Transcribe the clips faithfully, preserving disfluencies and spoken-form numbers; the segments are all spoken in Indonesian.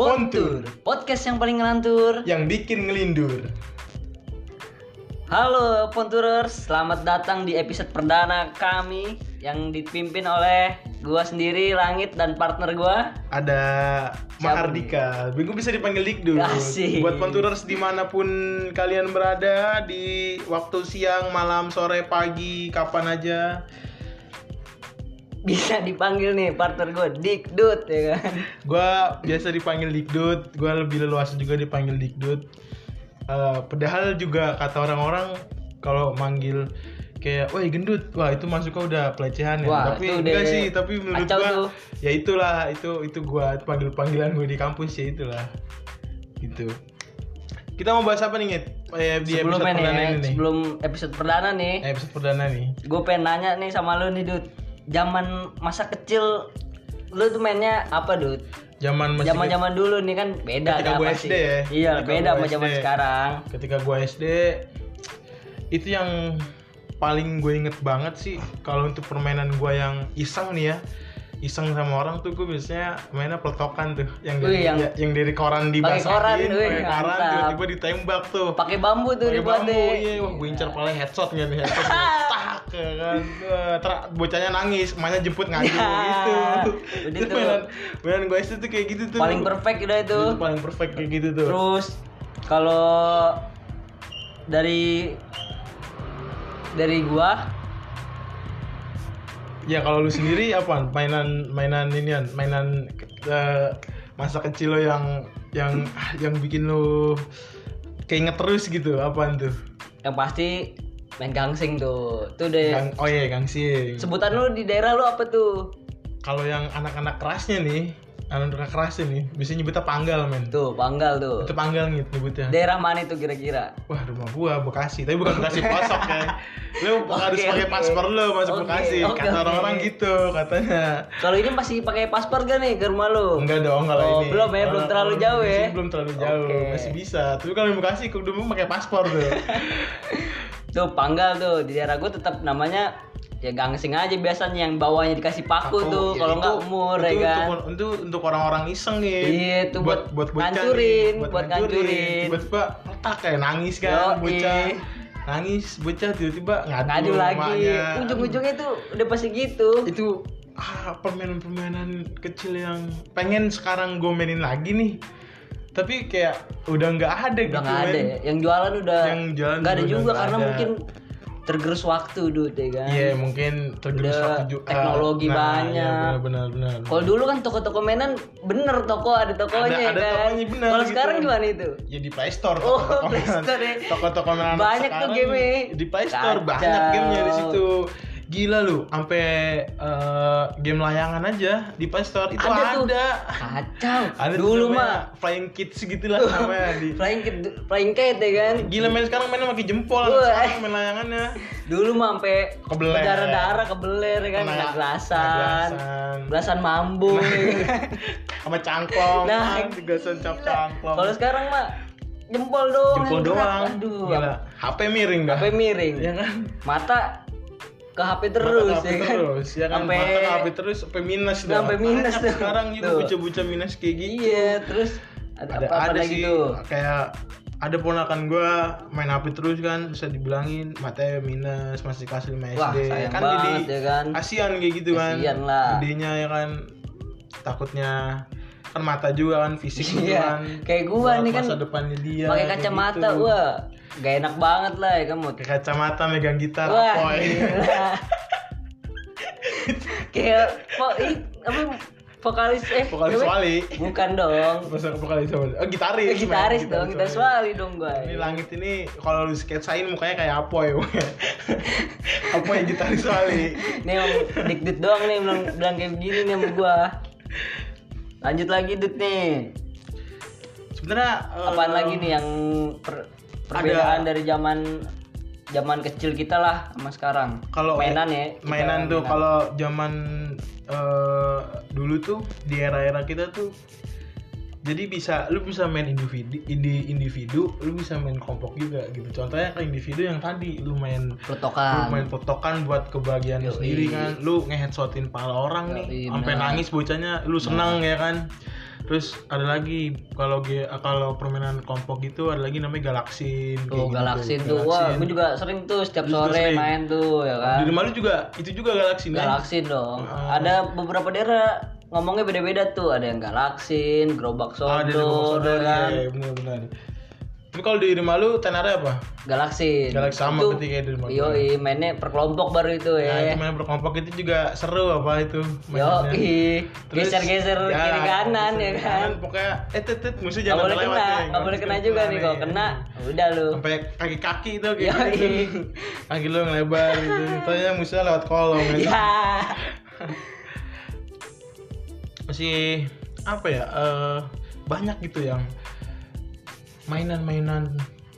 Pontur, podcast yang paling ngelantur, yang bikin ngelindur. Halo Ponturers, selamat datang di episode perdana kami yang dipimpin oleh gua sendiri, Langit, dan partner gua Ada Mahardika, Bingung bisa dipanggil Dikdut. Asik. Buat Ponturers dimanapun kalian berada, di waktu siang, malam, sore, pagi, kapan aja bisa dipanggil nih partner gua Dikdut, ya kan. Gua biasa dipanggil Dikdut, gua lebih leluasa juga dipanggil Dikdut. Uh, padahal juga kata orang-orang kalau manggil kayak, woi gendut, wah itu masuknya udah pelecehan ya. Wah, tapi enggak sih, tapi menurut gua tuh. ya itulah, itu itu gua panggil panggilan gue di kampus ya itulah. Gitu. Kita mau bahas apa nih, Ngit? Eh, di sebelum episode ini, perdana ini nih. sebelum episode perdana nih, Eh, episode perdana nih. gue pengen nanya nih sama lu nih, Dut. Zaman masa kecil lu tuh mainnya apa, Dut? Zaman masih Zaman-zaman dulu nih kan beda ketika kan gue pasti. S D ya. Iya, Ketika beda gue sama S D. zaman sekarang. Ketika gue S D itu yang paling gue inget banget sih, kalau untuk permainan gue yang iseng nih ya, iseng sama orang tuh gue biasanya mainnya peletokan tuh, yang dari Wih, yang, ya, yang dari koran pakai koran, dibasahin, wih, pakai koran mantap. tiba-tiba ditembak tuh, pakai bambu tuh pakai bambu, dibuatin. iya, wah gue incer paling headshot nggak nih, headshot tak ya kan, wah, ter- bocahnya nangis, emaknya jemput ngadu Ya, gitu, udah itu tuh. mainan, mainan gue S D tuh kayak gitu tuh, Paling perfect udah itu. itu paling perfect kayak gitu tuh. Terus kalau dari dari gua, ya kalau lu sendiri apa mainan mainan inian mainan uh, masa kecil lo yang yang yang bikin lu keinget terus gitu, apaan tuh? yang pasti main gangsing tuh. Tuh deh. Gang, oh iya gangsing. Sebutan lu di daerah lu apa tuh? Kalau yang anak-anak kerasnya nih, anak-anak kerasnya nih, biasanya nyebutnya panggal, men. Tuh, panggal tuh. Itu panggal gitu nyebutnya. Daerah mana itu kira-kira? Wah, rumah gua Bekasi, tapi bukan Bekasi pelosok ya. Lu Oke, harus pakai oke. paspor lu masuk Oke, Bekasi. oke, Kata oke. orang-orang gitu katanya. Kalau ini masih pakai paspor gak nih ke rumah lu? Enggak dong kalau Oh, ini. belum ya, belum Kalau- terlalu kalau jauh di ya. sini belum terlalu jauh, Oke. masih bisa. Tapi kalau di Bekasi kudu pakai paspor tuh. Tuh panggal tuh di daerah gua tetap namanya ya gangsing aja biasanya, yang bawahnya dikasih paku, Aku, tuh ya kalau itu- nggak umur itu ya kan. Untuk, untuk untuk orang-orang iseng nih. Iya, itu buat bocah ngancurin, nih, buat ngancurin. Tiba-tiba retak kayak nangis kan, Yoi. bocah. Nangis, bocah tiba-tiba ngadu, Ngadu lagi. emaknya. Ujung-ujungnya tuh udah pasti gitu. Itu ah, permainan-permainan kecil yang pengen sekarang gue mainin lagi nih. Tapi kayak udah nggak ada Udah gitu nggak ada men. ya. Yang jualan udah Yang jualan nggak ada juga juga udah karena nggak ada. mungkin tergerus waktu dulu ya kan. Iya, mungkin tergerus Udah waktu juga. teknologi nah, banyak. Iya, benar benar. Kalau dulu kan toko-toko mainan bener toko ada tokonya Ada- ya ada kan. tokonya, bener Kalau gitu. sekarang gimana itu? Ya di Play Store. Oh, toko-toko Play mainan. Store ya. Toko-toko mainan Banyak tuh sekarang game-nya. di Play Store Kacau. banyak gamenya di situ. Gila lu, sampai eh, game layangan aja di Play Store itu Ada ada. tuh. Kacau. Ada tuh Dulu namanya mah Flying Kids gitu lah namanya di. flying kite, flying kite ya kan. Gila main sekarang mainnya pakai jempol, Wah. sekarang main layangannya. Dulu mah sampai Kebeler. berdarah-darah kebeler ya kan, Kena- kena kena gelasan. gelasan. Gelasan mambu. Sama cangklong, Nah, kan, digasan cap cangklong. Kalau sekarang mah jempol doang. Jempol yang gerak. doang. Aduh. Gila, H P miring dah. H P miring. Ya kan? Mata ke H P terus Mata ke H P ya kan. terus, ya kan? Sampai Mata ke H P terus, sampai minus dah. Sampai minus Banyak tuh. sekarang juga Tuh. bocah-bocah minus kayak gitu. Iya, terus ada, Ada, apa, apa ada lagi sih, tuh? kayak ada ponakan gue main H P terus kan, bisa dibilangin matanya minus, masih kelas lima S D. Wah, sayang kan banget jadi ya kan. kasihan kayak gitu kan. Kasihan lah. Gedenya ya kan, takutnya kan mata juga kan, fisik juga Iya, kan. kayak gua Buat nih kan masa depannya dia. Pakai kayak kacamata, gitu. wah, gak enak banget lah ya kamu. Pakai kacamata megang gitar, Wah, apoy. gila. Kayak po, ih, apa vokalis eh Vokalis apa? Wali. Bukan dong. Masa vokalis apa? Oh, gitaris. Eh, gitaris men. dong, gitaris Wali dong gua. Ini Langit ini kalau lu sketsain mukanya kayak Apoy. Apoy gitaris Wali. Nih yang dik-dik doang nih bilang, bilang kayak begini nih sama gua. Lanjut lagi Dut nih. Sebenarnya Apaan eh, lagi nih yang per- perbedaan dari zaman zaman kecil kita lah sama sekarang. Kalau mainan ya. kita mainan tuh mainan. kalau zaman eh, dulu tuh di era-era kita tuh, jadi bisa lu bisa main individu indi, individu lu bisa main kelompok juga gitu. Contohnya kayak individu yang tadi lu main Pelotokan. lu main potokan buat kebahagiaan lu Yoi. sendiri kan, lu ngeheadshotin pala orang Yoi, nih sampai bener. nangis bocahnya, lu senang ya kan. Terus ada lagi kalau ge- kalau permainan kelompok gitu ada lagi namanya Galaksin. Oh, Galaksin tuh. Wah, gue juga sering tuh setiap Lu juga sore sering. main tuh ya kan. Di rumah lu juga itu juga Galaksin kan? Galaksin dong. Ah. Ada beberapa daerah ngomongnya beda-beda tuh. Ada yang Galaksin, Gerobak Ah, ada Sodo, Sodo ya kan. ya, benar-benar. Tapi kalau di rumah lu tenarnya apa? Galaksin. Galaksin sama Itu, ketika di rumah. Yoi, mainnya per kelompok baru itu Nah, ya. itu main berkelompok itu juga seru apa itu mainannya. Yoi, Terus, geser-geser ya, kiri kanan geser ya kiri kan. kanan, pokoknya eh tet tet musuh Gak jangan boleh lewat kena, ya. gak boleh kena juga nih. Kalau kena, udah lu. Sampai kaki-kaki itu kayak Yoi. gitu. Kaki lu ngelebar gitu. Tanya musuhnya lewat kolong gitu. Ya. Masih apa ya? eh, banyak gitu yang mainan-mainan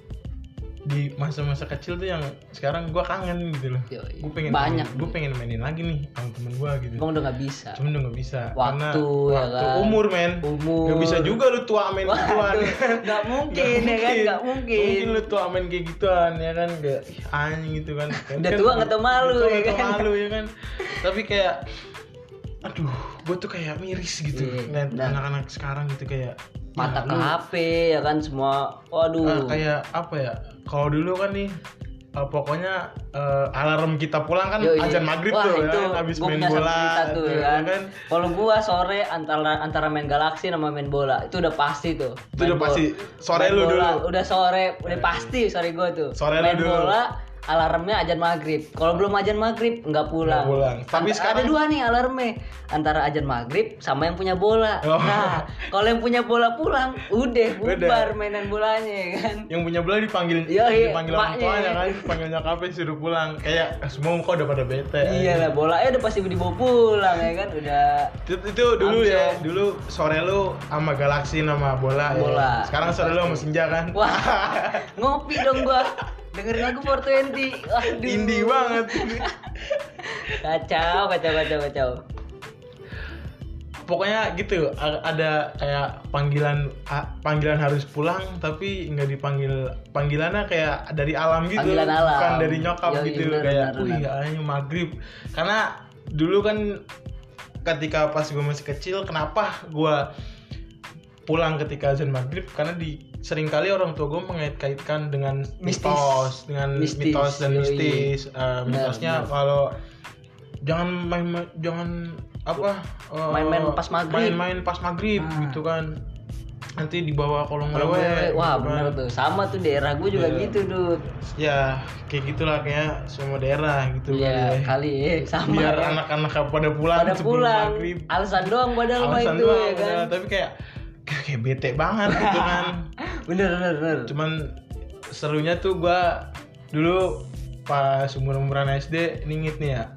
di masa-masa kecil tuh yang sekarang gua kangen gitu loh. Yoi. Gue pengen Banyak gue pengen mainin lagi nih sama temen gua gitu. Emang udah gak bisa. Cuman udah gak bisa. Waktu, Karena ya waktu kan? umur men. Umur. Gak bisa juga lu tua main gituan. Waduh, gak mungkin ya kan, gak mungkin. Mungkin lu tua main kayak gituan ya kan, gak ih, anjing gitu kan. Udah tua nggak tau malu, udah tua ya nggak tau kan? malu ya kan. Tapi kayak aduh, gue tuh kayak miris gitu Iya, lihat nah. anak-anak sekarang gitu kayak Mata ya, ke lu- H P ya kan semua. Waduh. Ah, kayak apa ya? Kalau dulu kan nih eh, pokoknya eh, alarm kita pulang kan Yoi. azan maghrib Wah, tuh itu kan habis gua main punya satu bola cerita tuh, tuh, ya kan. Kalau gua sore antara antara main Galaxy sama main bola itu udah pasti tuh. Itu Main udah bola- pasti. Sore main lu bola, dulu. Udah sore, udah pasti sore gua tuh. Sore lu main dulu. bola, alarmnya azan maghrib. Kalau belum azan maghrib nggak pulang. Nggak pulang. Tapi Ant- sekarang- ada dua nih alarmnya, antara azan maghrib sama yang punya bola. Oh. Nah, kalau yang punya bola pulang, udah bubar Udah. mainan bolanya ya kan. Yang punya bola dipanggil Iya, iya, dipanggil orang maknya. tuanya kan, dipanggil nyokapnya suruh pulang. Kayak eh, semua kok udah pada bete. Iya lah, bolanya udah pasti dibawa pulang ya kan, udah. Itu, itu dulu ya, Langsung. dulu sore lu sama Galaxy sama bola. Bola. Ya. Sekarang sore lu sama Senja kan. Wah, ngopi dong gua. Dengerin lagu four twenty. Waduh. Indie banget. Kacau, kacau, kacau, kacau. Pokoknya gitu, a- ada kayak panggilan a- panggilan harus pulang tapi nggak dipanggil, panggilannya kayak dari alam gitu, Panggilan alam. bukan dari nyokap Yoi, gitu. bener, Kayak bener, wih bener. ayo maghrib. Karena dulu kan ketika pas gue masih kecil, kenapa gue pulang ketika azan maghrib, karena di seringkali orang tua gue mengait-kaitkan dengan Mistis. mitos, dengan Mistis, mitos dan yoi. mistis. Eh, Benar, mitosnya benar. kalau jangan main ma- jangan apa eh, Main-main pas maghrib. main-main pas maghrib Ah. gitu kan, nanti dibawa kolong Kalau lewe gue, wah gitu bener kan. tuh. Sama tuh daerah gue juga Iya. gitu, Dut. Ya kayak gitulah kayak semua daerah gitu Iya, kali ya. kali ya. Sama Biar ya. anak-anak pada pulang Pada sebelum pulang. maghrib. Alasan doang padahal mah Alasan itu doang, ya kan. ya. Tapi kayak kayak kayak bete banget gitu kan. Bener, bener, bener. Cuman serunya tuh gua dulu pas umur-umuran S D ningit nih ya.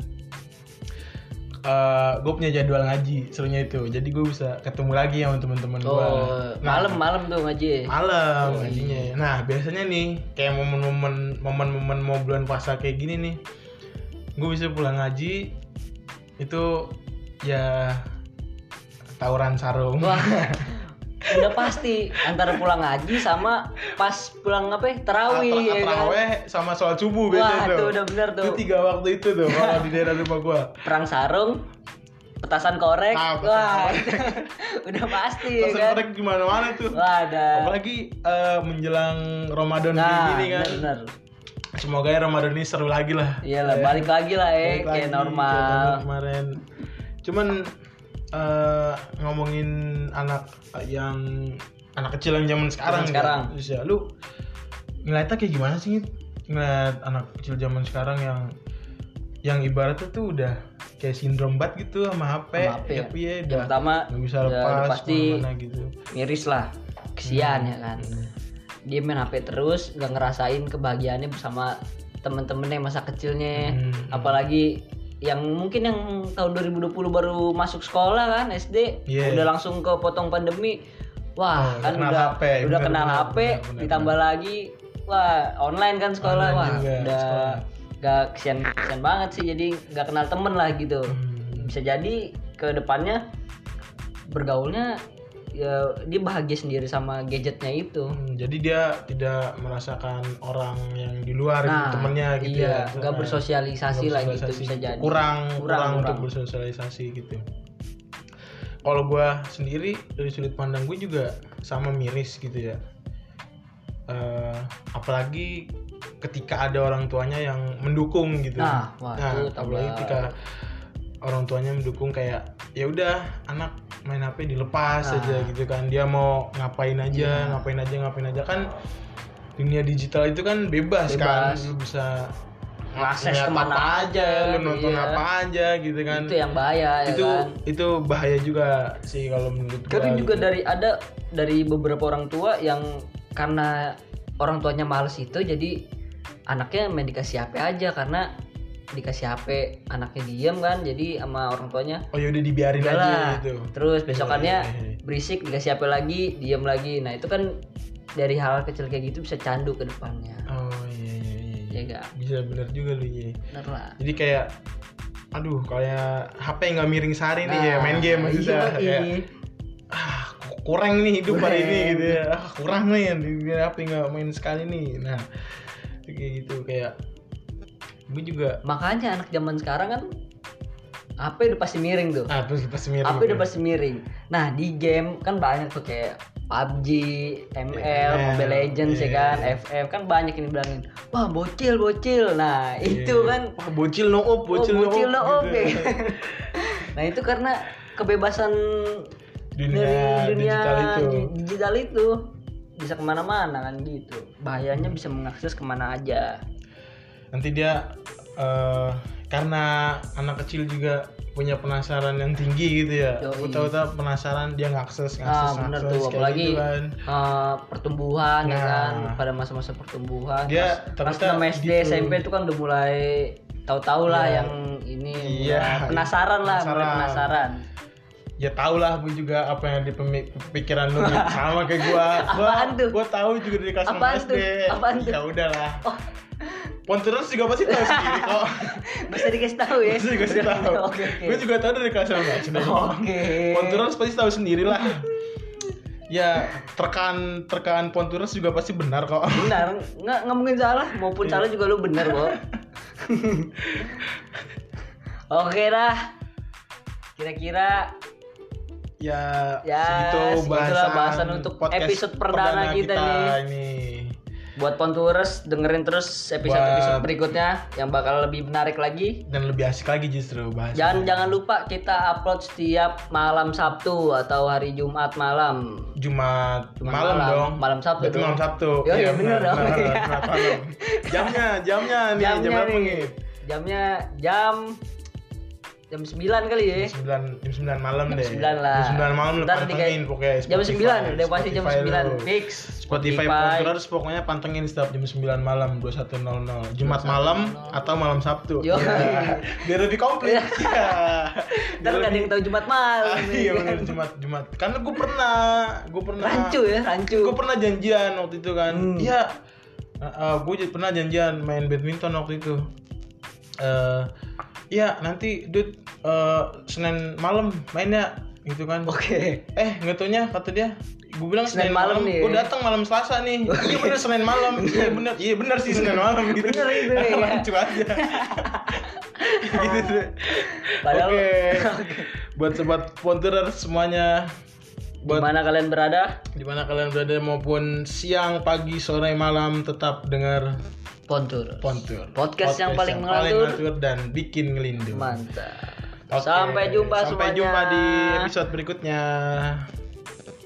Eh, gue punya jadwal ngaji, serunya itu. Jadi gue bisa ketemu lagi sama teman-teman gue. Oh, malam-malam tuh ngaji. Malam Oh, ngajinya. Nah biasanya nih kayak momen-momen momen-momen mau bulan puasa kayak gini nih, gue bisa pulang ngaji itu ya tawuran sarung. Wah, udah pasti antara pulang ngaji sama pas pulang apa ya, terawih Atra- ya kan. Terawih sama sholat subuh Wah, biasanya tuh udah bener tuh. Itu tiga waktu itu tuh kalau di daerah rumah gue. Perang sarung, petasan korek. Ah, petasan Wah, korek. udah pasti ya Pesan kan. korek di mana-mana tuh. Wah, ada. Apalagi eh, menjelang Ramadan kayak Nah, gini kan. bener. Semoga ya Ramadan ini seru lagi lah. Iyalah, Ya. balik lagi lah eh, Balik kayak lagi, normal. kayak tahun kemarin. Cuman eh, ngomongin anak yang anak kecil yang zaman sekarang, Zaman sekarang. kan? Terus ya, lu ngeliatnya kayak gimana sih? Ngit? Ngeliat anak kecil zaman sekarang yang yang ibaratnya tuh udah kayak sindrom bat gitu sama H P, Sama H P ya. tapi ya Yang udah pertama nggak bisa udah- lepas udah pasti kemana gitu. miris lah, kesian Hmm. ya kan. Dia main H P terus, nggak ngerasain kebahagiaannya bersama temen-temennya masa kecilnya. Hmm. Apalagi yang mungkin yang tahun dua ribu dua puluh baru masuk sekolah kan S D, Yeah. udah langsung ke potong pandemi. Wah, Oh, kan udah kenal udah H P, udah bener, kenal bener, H P, bener, bener, ditambah bener. lagi wah online kan sekolah. Online Wah, juga, udah sekolah. gak kesian kesian banget sih, jadi nggak kenal temen lah gitu. Hmm. Bisa jadi ke depannya bergaulnya ya dia bahagia sendiri sama gadgetnya itu. Hmm, jadi dia tidak merasakan orang yang di luar gitu, Nah, temennya gitu iya, ya. nggak Nah, bersosialisasi nggak lah gitu bersosialisasi. bisa jadi. Kurang, kurang, Kurang, untuk kurang. bersosialisasi gitu. kalau gue sendiri dari sudut pandang gue juga sama miris gitu ya. Uh, apalagi ketika ada orang tuanya yang mendukung gitu. Nah, wah, nah itu apalagi ketika orang tuanya mendukung kayak ya udah anak main H P dilepas nah. aja gitu kan. Dia mau ngapain aja, yeah. ngapain aja, ngapain aja kan dunia digital itu kan bebas, bebas. kan. Lu bisa akses kemana aja, lu nonton iya. apa aja gitu kan. Itu yang bahaya ya itu, kan. Itu bahaya juga sih kalau menurut gua. Tapi juga gitu. dari ada dari beberapa orang tua yang karena orang tuanya males itu jadi anaknya main dikasih H P aja karena dikasih H P anaknya diam kan jadi sama orang tuanya. Oh ya udah dibiarin aja gitu. Terus besokannya berisik dikasih H P lagi, diam lagi. Nah, itu kan dari hal kecil kayak gitu bisa candu ke depannya. Oh iya iya iya. Ya gak? Bisa bener juga lu ya. Bener lah. Jadi kayak aduh kayak H P nggak miring sehari nah, nih ya main game maksudnya iya, kayak ah kurang nih hidup hari ini gitu ya. Ah, kurang nih di H P nggak main sekali nih. Nah, kayak gitu kayak gue juga. Makanya anak zaman sekarang kan H P udah pasti miring tuh. Ah, pasti pasti miring. H P udah pasti miring. Nah, di game kan banyak tuh kayak P U B G, M L, yeah, Mobile Legends yeah. ya kan, F F kan banyak ini bilangin. Wah, bocil, bocil. Nah, yeah. itu kan wah, bocil no op, bocil, oh, bocil no op. Gitu. Nah, itu karena kebebasan dunia, dari dunia digital itu. digital itu bisa kemana-mana kan gitu. Bahayanya bisa mengakses kemana aja. Nanti dia uh, karena anak kecil juga punya penasaran yang tinggi gitu ya. Aku tahu-tahu penasaran dia ngakses ngakses ah, bener ngakses tuh, apalagi gitu kan. uh, pertumbuhan nah, ya kan pada masa-masa pertumbuhan. Dia pas enam S D gitu. S M P itu kan udah mulai tahu-tahu lah ya. yang ini ya, penasaran lah, penasaran. mulai penasaran. Ya tau lah gue juga apa yang di pikiran lu sama kayak gue. Apaan tuh? Gue tahu juga dari kelas enam S D. Apaan tuh? Ya udahlah. Oh. Ponturers juga pasti tahu sendiri kok. Bisa dikasih tahu ya. Bisa dikasih tahu. Oke, oke. Gue juga tahu dari kelas enam S D. Oke. Ponturers pasti tahu sendiri lah. Ya terkaan terkaan Ponturers juga pasti benar kok. Benar, nggak nggak mungkin salah. Maupun salah juga lu benar kok. Oke dah. Kira-kira ya, ya segitu bahasan, bahasan untuk episode perdana, perdana kita, kita nih. Ini. Buat Ponturers dengerin terus episode-episode berikutnya yang bakal lebih menarik lagi dan lebih asik lagi justru bahas. Jangan jangan lupa kita upload setiap malam Sabtu atau hari Jumat malam. Jumat, Jumat malam, malam dong. Malam Sabtu. Berarti malam Sabtu. Iya ya, bener dong. Bener, bener, bener, jamnya, jamnya nih, jamnya jam berapa nih? Jamnya jam jam sembilan kali ya. Jam sembilan, jam sembilan malam jam deh. sembilan lah. Jam sembilan malam lu pantengin pokoknya Spotify. Jam sembilan, udah pasti jam sembilan fix. Spotify Ponturers pokoknya pantengin setiap jam sembilan malam dua puluh satu nol nol. Jumat malam atau malam Sabtu. Yo. Ya. Biar lebih komplit. Iya. Ntar enggak ada yang tahu Jumat malam. Ah, iya benar Jumat Jumat. Karena gue pernah, gue pernah rancu ya, rancu. Gue pernah janjian waktu itu kan. Iya. Hmm. Uh, uh, gue pernah janjian main badminton waktu itu. Uh, Iya nanti dude uh, Senin malam mainnya gitu kan. Oke. Okay. Eh nggak taunya kata dia, gue bilang Senin, Senin malam, malam. Gue datang malam Selasa nih. Iya bener Senin malam. Iya bener, iya bener sih Senin malam gitu. Bener itu ya. Lancu aja. Gitu tuh. Oke. Okay. Buat sobat Ponturers semuanya. Buat dimana kalian berada? Dimana kalian berada maupun siang, pagi, sore, malam tetap dengar Pontur. Pontur. Podcast, Podcast yang paling mengatur dan bikin ngelindu. Mantap. Okay. Sampai jumpa Sampai semuanya. jumpa di episode berikutnya.